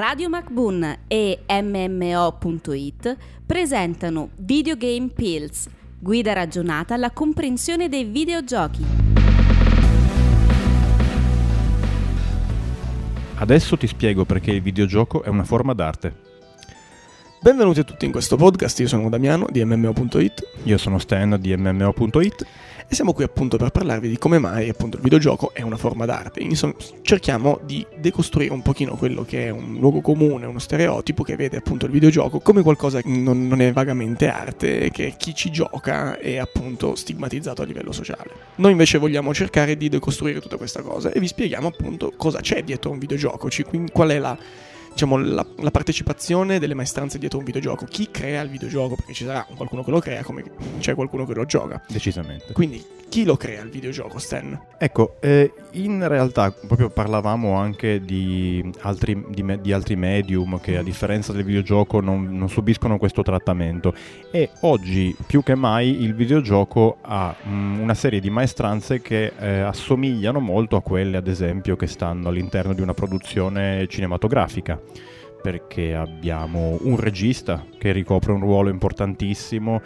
Radio MacBoon e MMO.it presentano Videogame Pills, guida ragionata alla comprensione dei videogiochi. Adesso ti spiego perché il videogioco è una forma d'arte. Benvenuti a tutti in questo podcast, io sono Damiano di MMO.it. Io sono Stan di MMO.it. E siamo qui appunto per parlarvi di come mai appunto il videogioco è una forma d'arte. Insomma, cerchiamo di decostruire un pochino quello che è un luogo comune, uno stereotipo che vede appunto il videogioco come qualcosa che non è vagamente arte, che chi ci gioca è appunto stigmatizzato a livello sociale. Noi invece vogliamo cercare di decostruire tutta questa cosa e vi spieghiamo appunto cosa c'è dietro un videogioco, qual è la partecipazione delle maestranze dietro un videogioco, chi crea il videogioco, perché ci sarà qualcuno che lo crea come c'è qualcuno che lo gioca. Decisamente. Quindi chi lo crea il videogioco, Stan? Ecco, in realtà proprio parlavamo anche di altri medium che a differenza del videogioco non subiscono questo trattamento, e oggi più che mai il videogioco ha una serie di maestranze che assomigliano molto a quelle ad esempio che stanno all'interno di una produzione cinematografica, perché abbiamo un regista che ricopre un ruolo importantissimo,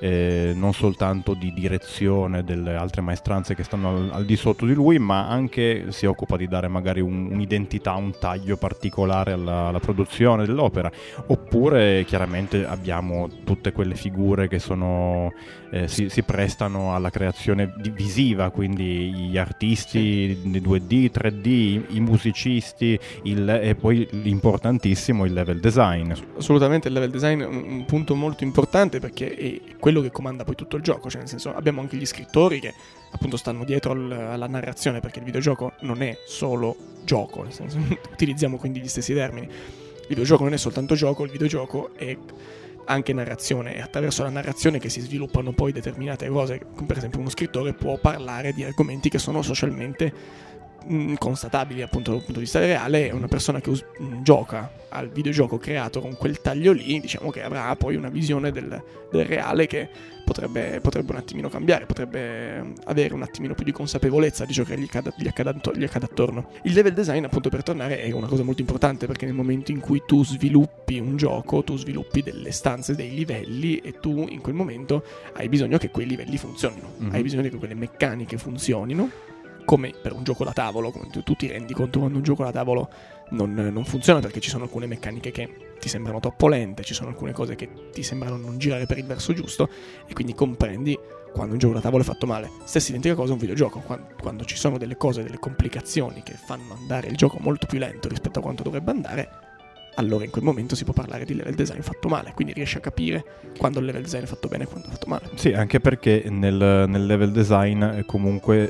non soltanto di direzione delle altre maestranze che stanno al di sotto di lui, ma anche si occupa di dare magari un'identità, un taglio particolare alla produzione dell'opera. Oppure chiaramente abbiamo tutte quelle figure che sono si prestano alla creazione visiva, quindi gli artisti di 2D, 3D, i musicisti, e poi l'importantissimo il level design. Assolutamente, il level design è un punto molto importante perché è quello che comanda poi tutto il gioco, cioè nel senso abbiamo anche gli scrittori che appunto stanno dietro alla narrazione, perché il videogioco non è solo gioco, nel senso utilizziamo quindi gli stessi termini. Il videogioco non è soltanto gioco, il videogioco è anche narrazione, e attraverso la narrazione che si sviluppano poi determinate cose. Per esempio uno scrittore può parlare di argomenti che sono socialmente constatabili appunto dal punto di vista reale, e una persona che gioca al videogioco creato con quel taglio lì, diciamo che avrà poi una visione del reale che potrebbe un attimino cambiare, potrebbe avere un attimino più di consapevolezza di ciò che gli accade attorno. Il level design, appunto, per tornare, è una cosa molto importante, perché nel momento in cui tu sviluppi un gioco, tu sviluppi delle stanze, dei livelli, e tu in quel momento hai bisogno che quei livelli funzionino, hai bisogno che quelle meccaniche funzionino, come per un gioco da tavolo. Come tu ti rendi conto quando un gioco da tavolo non funziona, perché ci sono alcune meccaniche che ti sembrano troppo lente, ci sono alcune cose che ti sembrano non girare per il verso giusto, e quindi comprendi quando un gioco da tavolo è fatto male. Stessa identica cosa un videogioco, quando ci sono delle cose, delle complicazioni che fanno andare il gioco molto più lento rispetto a quanto dovrebbe andare, allora in quel momento si può parlare di level design fatto male, quindi riesci a capire quando il level design è fatto bene e quando è fatto male. Sì, anche perché nel level design comunque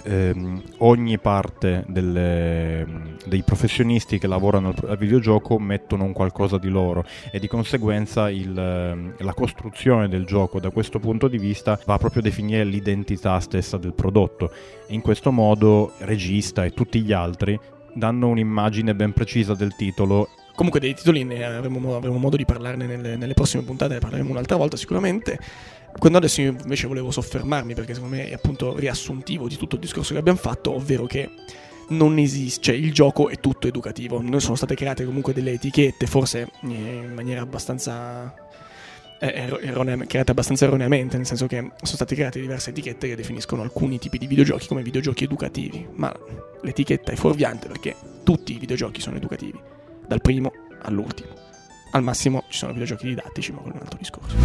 ogni parte dei professionisti che lavorano al videogioco mettono un qualcosa di loro, e di conseguenza la costruzione del gioco da questo punto di vista va proprio a definire l'identità stessa del prodotto, e in questo modo regista e tutti gli altri danno un'immagine ben precisa del titolo. Comunque dei titoli ne avremo modo di parlarne nelle prossime puntate, ne parleremo un'altra volta sicuramente. Quando adesso io invece volevo soffermarmi, perché secondo me è appunto riassuntivo di tutto il discorso che abbiamo fatto, ovvero che non esiste, cioè il gioco è tutto educativo. Noi sono state create comunque delle etichette, forse in maniera abbastanza create abbastanza erroneamente, nel senso che sono state create diverse etichette che definiscono alcuni tipi di videogiochi come videogiochi educativi, ma l'etichetta è fuorviante, perché tutti i videogiochi sono educativi, dal primo all'ultimo. Al massimo ci sono videogiochi didattici, ma quello è un altro discorso.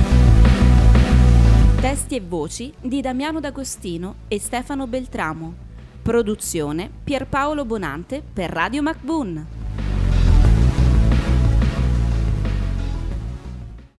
Testi e voci di Damiano D'Agostino e Stefano Beltramo. Produzione Pierpaolo Bonante per Radio MacBoon.